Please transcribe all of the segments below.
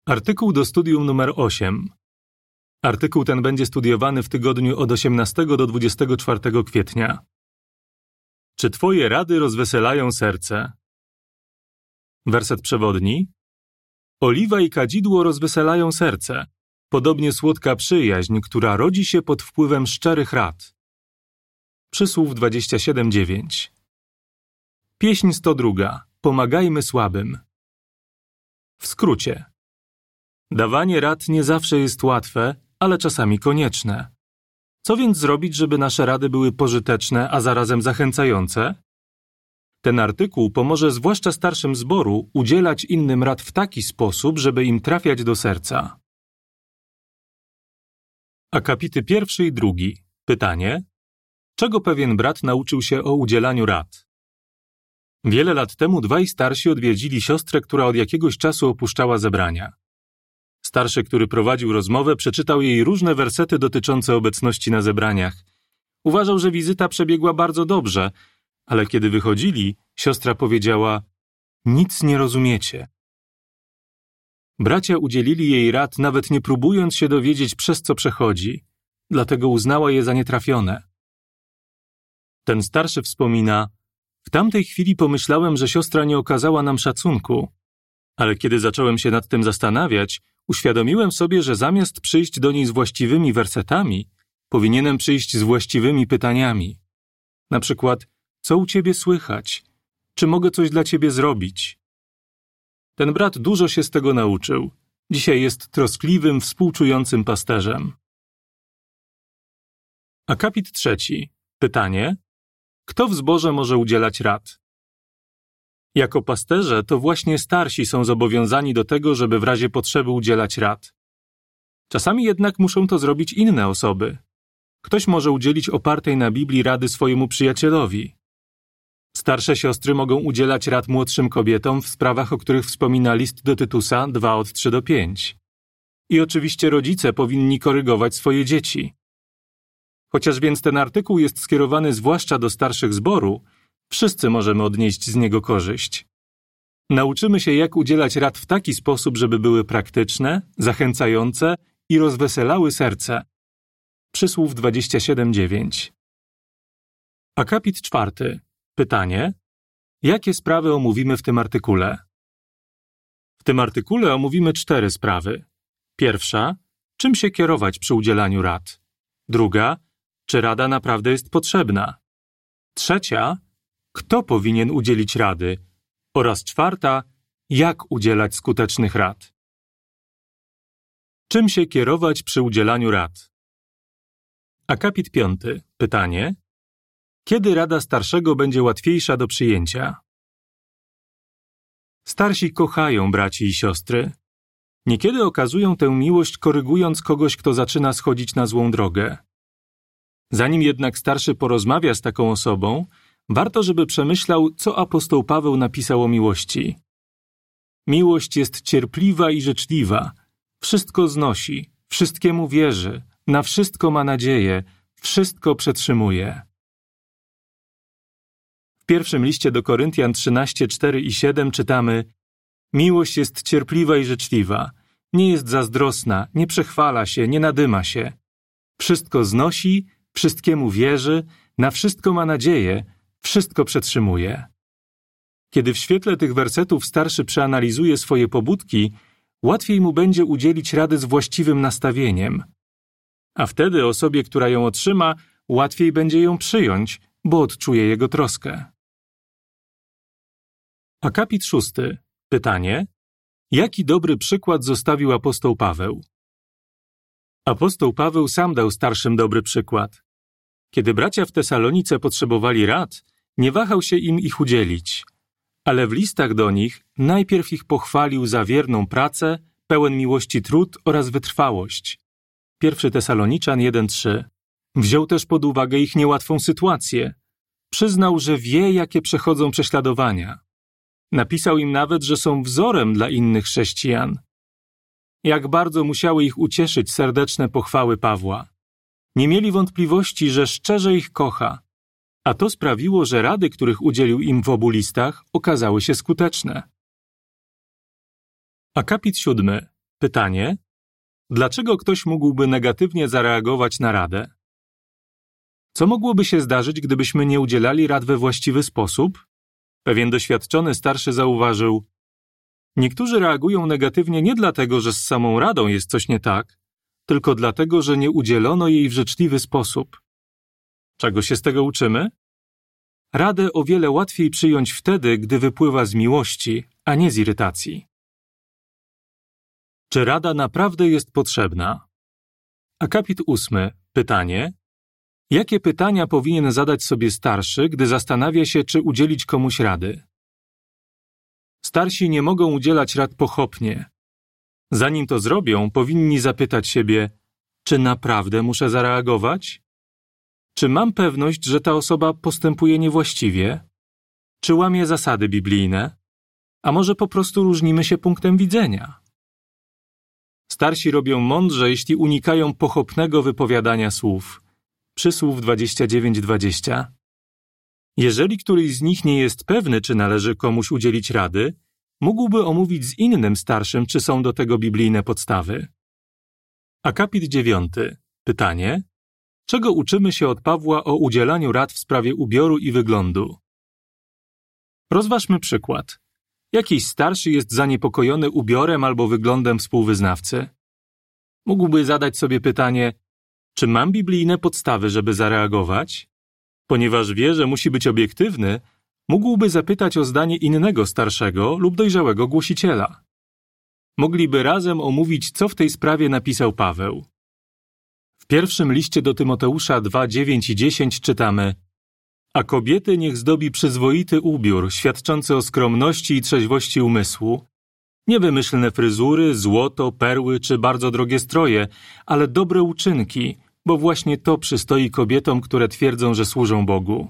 Artykuł do studium numer 8. Artykuł ten będzie studiowany w tygodniu od 18 do 24 kwietnia. Czy Twoje rady rozweselają serce? Werset przewodni. Oliwa i kadzidło rozweselają serce, podobnie słodka przyjaźń, która rodzi się pod wpływem szczerych rad. Przysłów 27:9. Pieśń 102. Pomagajmy słabym. W skrócie. Dawanie rad nie zawsze jest łatwe, ale czasami konieczne. Co więc zrobić, żeby nasze rady były pożyteczne, a zarazem zachęcające? Ten artykuł pomoże zwłaszcza starszym zboru udzielać innym rad w taki sposób, żeby im trafiać do serca. Akapity 1 i 2. Pytanie. Czego pewien brat nauczył się o udzielaniu rad? Wiele lat temu dwaj starsi odwiedzili siostrę, która od jakiegoś czasu opuszczała zebrania. Starszy, który prowadził rozmowę, przeczytał jej różne wersety dotyczące obecności na zebraniach. Uważał, że wizyta przebiegła bardzo dobrze, ale kiedy wychodzili, siostra powiedziała: nic nie rozumiecie. Bracia udzielili jej rad, nawet nie próbując się dowiedzieć, przez co przechodzi, dlatego uznała je za nietrafione. Ten starszy wspomina: w tamtej chwili pomyślałem, że siostra nie okazała nam szacunku, ale kiedy zacząłem się nad tym zastanawiać, uświadomiłem sobie, że zamiast przyjść do niej z właściwymi wersetami, powinienem przyjść z właściwymi pytaniami. Na przykład, co u ciebie słychać? Czy mogę coś dla ciebie zrobić? Ten brat dużo się z tego nauczył. Dzisiaj jest troskliwym, współczującym pasterzem. Akapit 3. Pytanie. Kto w zborze może udzielać rad? Jako pasterze to właśnie starsi są zobowiązani do tego, żeby w razie potrzeby udzielać rad. Czasami jednak muszą to zrobić inne osoby. Ktoś może udzielić opartej na Biblii rady swojemu przyjacielowi. Starsze siostry mogą udzielać rad młodszym kobietom w sprawach, o których wspomina list do Tytusa 2 od 3 do 5. I oczywiście rodzice powinni korygować swoje dzieci. Chociaż więc ten artykuł jest skierowany zwłaszcza do starszych zboru, wszyscy możemy odnieść z niego korzyść. Nauczymy się, jak udzielać rad w taki sposób, żeby były praktyczne, zachęcające i rozweselały serce. Przysłów 27:9. Akapit 4. Pytanie. Jakie sprawy omówimy w tym artykule? W tym artykule omówimy 4 sprawy. Pierwsza. Czym się kierować przy udzielaniu rad? Druga. Czy rada naprawdę jest potrzebna? Trzecia. Kto powinien udzielić rady? Oraz 4. Jak udzielać skutecznych rad? Czym się kierować przy udzielaniu rad? Akapit 5. Pytanie. Kiedy rada starszego będzie łatwiejsza do przyjęcia? Starsi kochają braci i siostry. Niekiedy okazują tę miłość, korygując kogoś, kto zaczyna schodzić na złą drogę. Zanim jednak starszy porozmawia z taką osobą, warto, żeby przemyślał, co apostoł Paweł napisał o miłości. Miłość jest cierpliwa i życzliwa, wszystko znosi, wszystkiemu wierzy, na wszystko ma nadzieję, wszystko przetrzymuje. W pierwszym liście do Koryntian 13, 4 i 7 czytamy: miłość jest cierpliwa i życzliwa, nie jest zazdrosna, nie przechwala się, nie nadyma się. Wszystko znosi, wszystkiemu wierzy, na wszystko ma nadzieję, wszystko przetrzymuje. Kiedy w świetle tych wersetów starszy przeanalizuje swoje pobudki, łatwiej mu będzie udzielić rady z właściwym nastawieniem. A wtedy osobie, która ją otrzyma, łatwiej będzie ją przyjąć, bo odczuje jego troskę. Akapit 6. Pytanie. Jaki dobry przykład zostawił apostoł Paweł? Apostoł Paweł sam dał starszym dobry przykład. Kiedy bracia w Tesalonice potrzebowali rad, nie wahał się im ich udzielić. Ale w listach do nich najpierw ich pochwalił za wierną pracę, pełen miłości trud oraz wytrwałość. 1 Tesaloniczan 1:3. Wziął też pod uwagę ich niełatwą sytuację. Przyznał, że wie, jakie przechodzą prześladowania. Napisał im nawet, że są wzorem dla innych chrześcijan. Jak bardzo musiały ich ucieszyć serdeczne pochwały Pawła. Nie mieli wątpliwości, że szczerze ich kocha, a to sprawiło, że rady, których udzielił im w obu listach, okazały się skuteczne. Akapit 7. Pytanie: dlaczego ktoś mógłby negatywnie zareagować na radę? Co mogłoby się zdarzyć, gdybyśmy nie udzielali rad we właściwy sposób? Pewien doświadczony starszy zauważył: niektórzy reagują negatywnie nie dlatego, że z samą radą jest coś nie tak, tylko dlatego, że nie udzielono jej w życzliwy sposób. Czego się z tego uczymy? Radę o wiele łatwiej przyjąć wtedy, gdy wypływa z miłości, a nie z irytacji. Czy rada naprawdę jest potrzebna? Akapit 8. Pytanie: jakie pytania powinien zadać sobie starszy, gdy zastanawia się, czy udzielić komuś rady? Starsi nie mogą udzielać rad pochopnie. Zanim to zrobią, powinni zapytać siebie: czy naprawdę muszę zareagować? Czy mam pewność, że ta osoba postępuje niewłaściwie? Czy łamie zasady biblijne? A może po prostu różnimy się punktem widzenia? Starsi robią mądrze, jeśli unikają pochopnego wypowiadania słów. Przysłów 29:20. Jeżeli któryś z nich nie jest pewny, czy należy komuś udzielić rady, mógłby omówić z innym starszym, czy są do tego biblijne podstawy. Akapit 9. Pytanie: czego uczymy się od Pawła o udzielaniu rad w sprawie ubioru i wyglądu? Rozważmy przykład. Jakiś starszy jest zaniepokojony ubiorem albo wyglądem współwyznawcy. Mógłby zadać sobie pytanie: czy mam biblijne podstawy, żeby zareagować? Ponieważ wie, że musi być obiektywny, mógłby zapytać o zdanie innego starszego lub dojrzałego głosiciela. Mogliby razem omówić, co w tej sprawie napisał Paweł. W pierwszym liście do Tymoteusza 2:9 i 10 czytamy: a kobiety niech zdobi przyzwoity ubiór, świadczący o skromności i trzeźwości umysłu, nie wymyślne fryzury, złoto, perły czy bardzo drogie stroje, ale dobre uczynki, bo właśnie to przystoi kobietom, które twierdzą, że służą Bogu.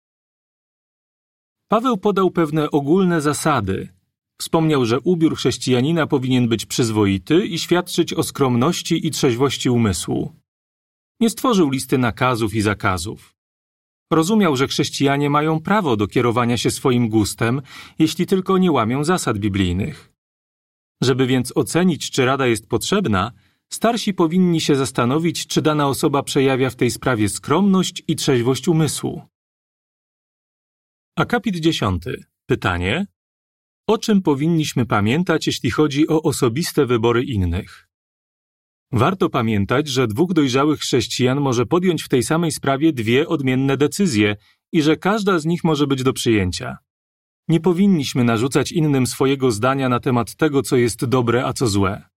Paweł podał pewne ogólne zasady. Wspomniał, że ubiór chrześcijanina powinien być przyzwoity i świadczyć o skromności i trzeźwości umysłu. Nie stworzył listy nakazów i zakazów. Rozumiał, że chrześcijanie mają prawo do kierowania się swoim gustem, jeśli tylko nie łamią zasad biblijnych. Żeby więc ocenić, czy rada jest potrzebna, starsi powinni się zastanowić, czy dana osoba przejawia w tej sprawie skromność i trzeźwość umysłu. Akapit 10. Pytanie: o czym powinniśmy pamiętać, jeśli chodzi o osobiste wybory innych? Warto pamiętać, że dwóch dojrzałych chrześcijan może podjąć w tej samej sprawie dwie odmienne decyzje i że każda z nich może być do przyjęcia. Nie powinniśmy narzucać innym swojego zdania na temat tego, co jest dobre, a co złe.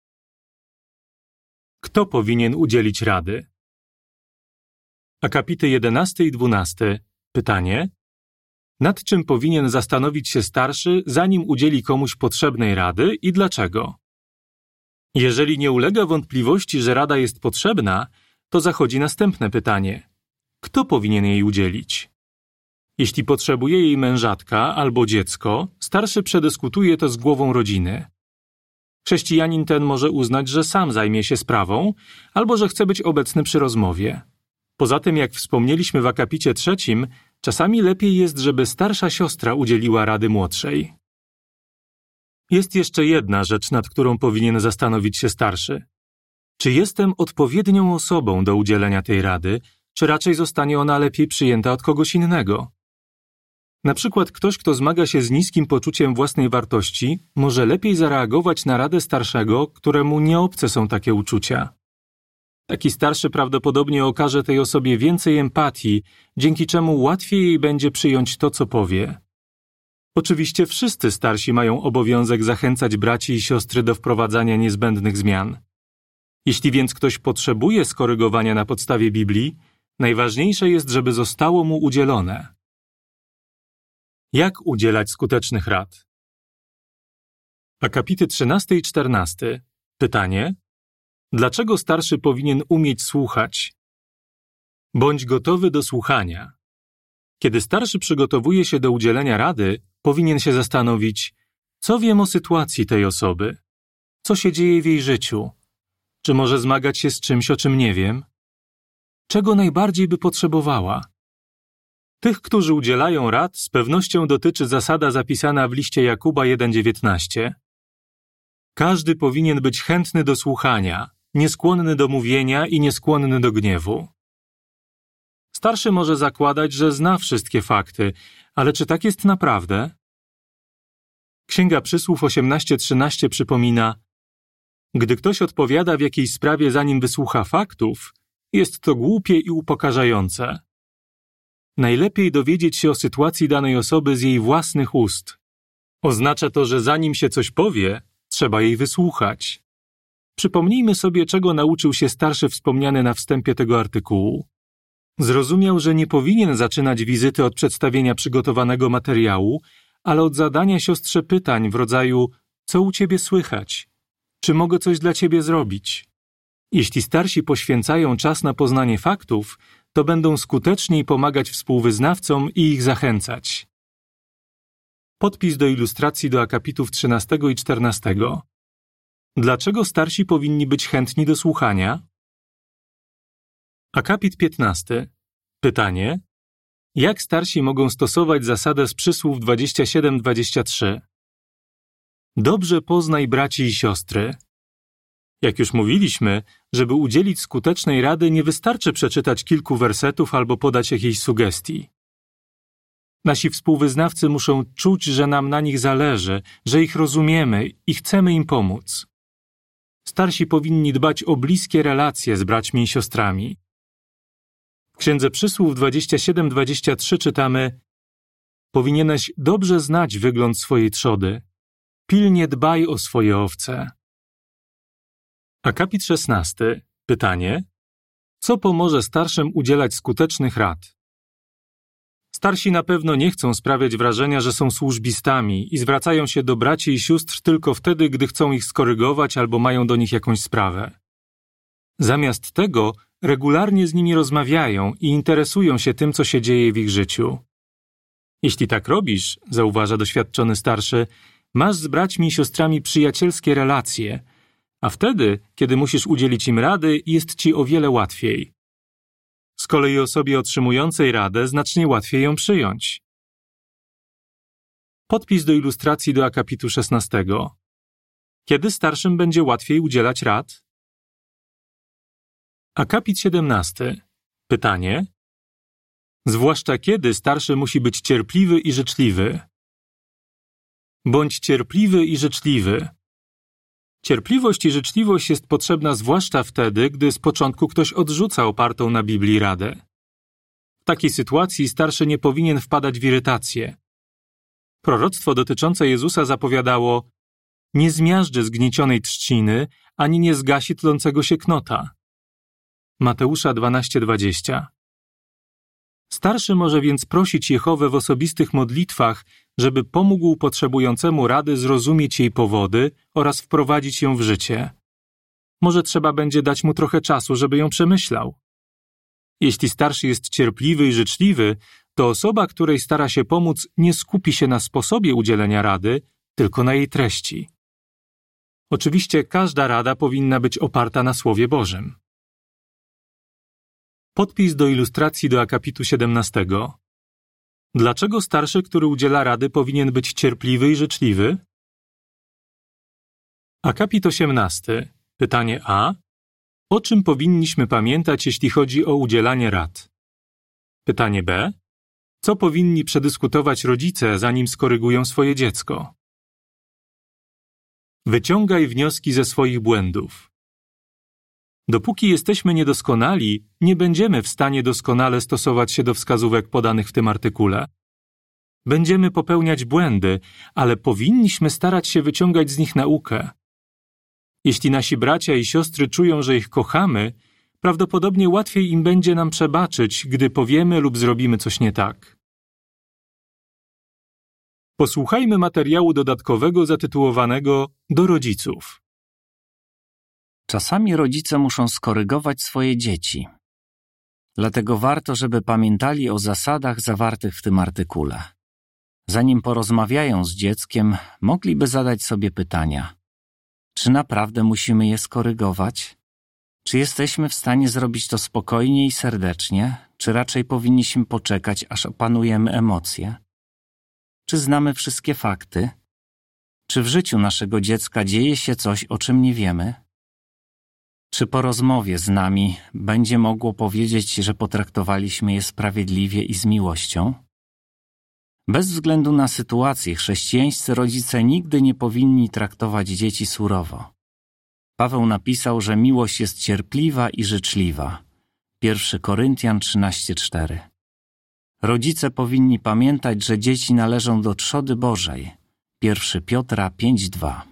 Kto powinien udzielić rady? Akapity 11 i 12. Pytanie: nad czym powinien zastanowić się starszy, zanim udzieli komuś potrzebnej rady i dlaczego? Jeżeli nie ulega wątpliwości, że rada jest potrzebna, to zachodzi następne pytanie: kto powinien jej udzielić? Jeśli potrzebuje jej mężatka albo dziecko, starszy przedyskutuje to z głową rodziny. Chrześcijanin ten może uznać, że sam zajmie się sprawą, albo że chce być obecny przy rozmowie. Poza tym, jak wspomnieliśmy w akapicie 3, czasami lepiej jest, żeby starsza siostra udzieliła rady młodszej. Jest jeszcze jedna rzecz, nad którą powinien zastanowić się starszy. Czy jestem odpowiednią osobą do udzielenia tej rady, czy raczej zostanie ona lepiej przyjęta od kogoś innego? Na przykład ktoś, kto zmaga się z niskim poczuciem własnej wartości, może lepiej zareagować na radę starszego, któremu nie obce są takie uczucia. Taki starszy prawdopodobnie okaże tej osobie więcej empatii, dzięki czemu łatwiej jej będzie przyjąć to, co powie. Oczywiście wszyscy starsi mają obowiązek zachęcać braci i siostry do wprowadzania niezbędnych zmian. Jeśli więc ktoś potrzebuje skorygowania na podstawie Biblii, najważniejsze jest, żeby zostało mu udzielone. Jak udzielać skutecznych rad? Akapity 13 i 14. Pytanie: dlaczego starszy powinien umieć słuchać? Bądź gotowy do słuchania. Kiedy starszy przygotowuje się do udzielenia rady, powinien się zastanowić, co wiem o sytuacji tej osoby, co się dzieje w jej życiu, czy może zmagać się z czymś, o czym nie wiem, czego najbardziej by potrzebowała. Tych, którzy udzielają rad, z pewnością dotyczy zasada zapisana w liście Jakuba 1:19. Każdy powinien być chętny do słuchania, nieskłonny do mówienia i nieskłonny do gniewu. Starszy może zakładać, że zna wszystkie fakty, ale czy tak jest naprawdę? Księga Przysłów 18:13 przypomina: gdy ktoś odpowiada w jakiejś sprawie, zanim wysłucha faktów, jest to głupie i upokarzające. Najlepiej dowiedzieć się o sytuacji danej osoby z jej własnych ust. Oznacza to, że zanim się coś powie, trzeba jej wysłuchać. Przypomnijmy sobie, czego nauczył się starszy wspomniany na wstępie tego artykułu. Zrozumiał, że nie powinien zaczynać wizyty od przedstawienia przygotowanego materiału, ale od zadania siostrze pytań w rodzaju: co u ciebie słychać? Czy mogę coś dla ciebie zrobić? Jeśli starsi poświęcają czas na poznanie faktów, to będą skuteczniej pomagać współwyznawcom i ich zachęcać. Podpis do ilustracji do akapitów 13 i 14. Dlaczego starsi powinni być chętni do słuchania? Akapit 15. Pytanie: jak starsi mogą stosować zasadę z Przysłów 27-23? Dobrze poznaj braci i siostry. Jak już mówiliśmy, żeby udzielić skutecznej rady, nie wystarczy przeczytać kilku wersetów albo podać jakiejś sugestii. Nasi współwyznawcy muszą czuć, że nam na nich zależy, że ich rozumiemy i chcemy im pomóc. Starsi powinni dbać o bliskie relacje z braćmi i siostrami. W Księdze Przysłów 27-23 czytamy: powinieneś dobrze znać wygląd swojej trzody. Pilnie dbaj o swoje owce. Akapit 16. Pytanie: co pomoże starszym udzielać skutecznych rad? Starsi na pewno nie chcą sprawiać wrażenia, że są służbistami i zwracają się do braci i sióstr tylko wtedy, gdy chcą ich skorygować albo mają do nich jakąś sprawę. Zamiast tego regularnie z nimi rozmawiają i interesują się tym, co się dzieje w ich życiu. Jeśli tak robisz, zauważa doświadczony starszy, masz z braćmi i siostrami przyjacielskie relacje, a wtedy, kiedy musisz udzielić im rady, jest ci o wiele łatwiej. Z kolei osobie otrzymującej radę znacznie łatwiej ją przyjąć. Podpis do ilustracji do akapitu 16. Kiedy starszym będzie łatwiej udzielać rad? Akapit 17. Pytanie: zwłaszcza kiedy starszy musi być cierpliwy i życzliwy? Bądź cierpliwy i życzliwy. Cierpliwość i życzliwość jest potrzebna zwłaszcza wtedy, gdy z początku ktoś odrzuca opartą na Biblii radę. W takiej sytuacji starszy nie powinien wpadać w irytację. Proroctwo dotyczące Jezusa zapowiadało: nie zmiażdży zgniecionej trzciny, ani nie zgasi tlącego się knota. Mateusza 12:20. Starszy może więc prosić Jehowę w osobistych modlitwach, żeby pomógł potrzebującemu rady zrozumieć jej powody oraz wprowadzić ją w życie. Może trzeba będzie dać mu trochę czasu, żeby ją przemyślał. Jeśli starszy jest cierpliwy i życzliwy, to osoba, której stara się pomóc, nie skupi się na sposobie udzielenia rady, tylko na jej treści. Oczywiście każda rada powinna być oparta na Słowie Bożym. Podpis do ilustracji do akapitu 17. Dlaczego starszy, który udziela rady, powinien być cierpliwy i życzliwy? Akapit 18. Pytanie A. O czym powinniśmy pamiętać, jeśli chodzi o udzielanie rad? Pytanie B. Co powinni przedyskutować rodzice, zanim skorygują swoje dziecko? Wyciągaj wnioski ze swoich błędów. Dopóki jesteśmy niedoskonali, nie będziemy w stanie doskonale stosować się do wskazówek podanych w tym artykule. Będziemy popełniać błędy, ale powinniśmy starać się wyciągać z nich naukę. Jeśli nasi bracia i siostry czują, że ich kochamy, prawdopodobnie łatwiej im będzie nam przebaczyć, gdy powiemy lub zrobimy coś nie tak. Posłuchajmy materiału dodatkowego zatytułowanego Do rodziców. Czasami rodzice muszą skorygować swoje dzieci. Dlatego warto, żeby pamiętali o zasadach zawartych w tym artykule. Zanim porozmawiają z dzieckiem, mogliby zadać sobie pytania: czy naprawdę musimy je skorygować? Czy jesteśmy w stanie zrobić to spokojnie i serdecznie, czy raczej powinniśmy poczekać, aż opanujemy emocje? Czy znamy wszystkie fakty? Czy w życiu naszego dziecka dzieje się coś, o czym nie wiemy? Czy po rozmowie z nami będzie mogło powiedzieć, że potraktowaliśmy je sprawiedliwie i z miłością? Bez względu na sytuację, chrześcijańscy rodzice nigdy nie powinni traktować dzieci surowo. Paweł napisał, że miłość jest cierpliwa i życzliwa. 1 Koryntian 13:4. Rodzice powinni pamiętać, że dzieci należą do trzody Bożej. 1 Piotra 5:2.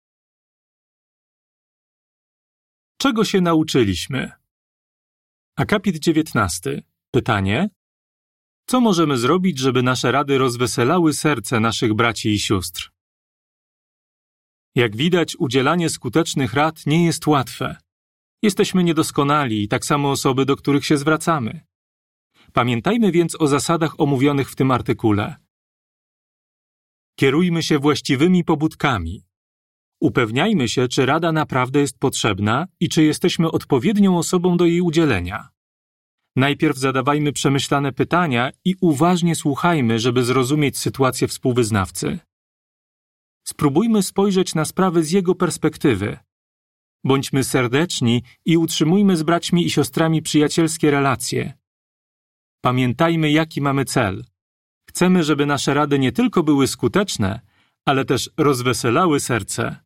Czego się nauczyliśmy? Akapit 19. Pytanie: co możemy zrobić, żeby nasze rady rozweselały serce naszych braci i sióstr? Jak widać, udzielanie skutecznych rad nie jest łatwe. Jesteśmy niedoskonali i tak samo osoby, do których się zwracamy. Pamiętajmy więc o zasadach omówionych w tym artykule. Kierujmy się właściwymi pobudkami. Upewniajmy się, czy rada naprawdę jest potrzebna i czy jesteśmy odpowiednią osobą do jej udzielenia. Najpierw zadawajmy przemyślane pytania i uważnie słuchajmy, żeby zrozumieć sytuację współwyznawcy. Spróbujmy spojrzeć na sprawę z jego perspektywy. Bądźmy serdeczni i utrzymujmy z braćmi i siostrami przyjacielskie relacje. Pamiętajmy, jaki mamy cel. Chcemy, żeby nasze rady nie tylko były skuteczne, ale też rozweselały serce.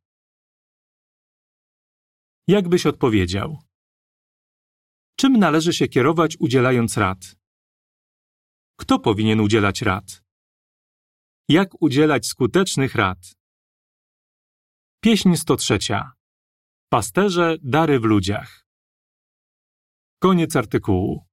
Jak byś odpowiedział? Czym należy się kierować, udzielając rad? Kto powinien udzielać rad? Jak udzielać skutecznych rad? Pieśń 103. Pasterze, dary w ludziach. Koniec artykułu.